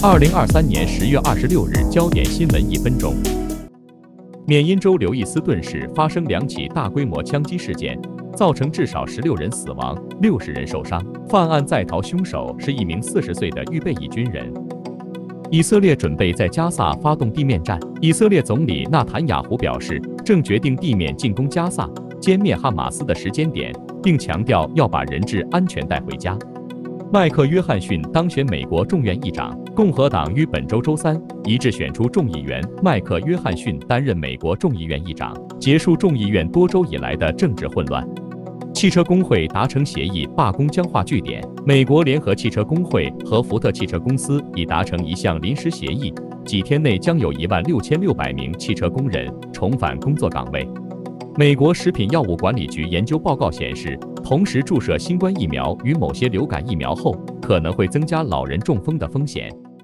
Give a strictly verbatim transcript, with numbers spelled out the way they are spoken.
二零二三年十月二十六日，焦点新闻一分钟。缅因州刘易斯顿市发生两起大规模枪击事件，造成至少十六人死亡，六十人受伤。犯案在逃凶手是一名四十岁的预备役军人。以色列准备在加萨发动地面战。以色列总理纳坦雅胡表示，正决定地面进攻加萨，歼灭哈马斯的时间点，并强调要把人质安全带回家。麦克约翰逊当选美国众院议长，共和党于本周周三一致选出众议员麦克约翰逊担任美国众议院议长，结束众议院多周以来的政治混乱。汽车工会达成协议，罢工僵化据点。美国联合汽车工会和福特汽车公司已达成一项临时协议，几天内将有一万六千六百名汽车工人重返工作岗位。美国食品药物管理局研究报告显示，同时注射新冠疫苗与某些流感疫苗后，可能会增加老人中风的风险。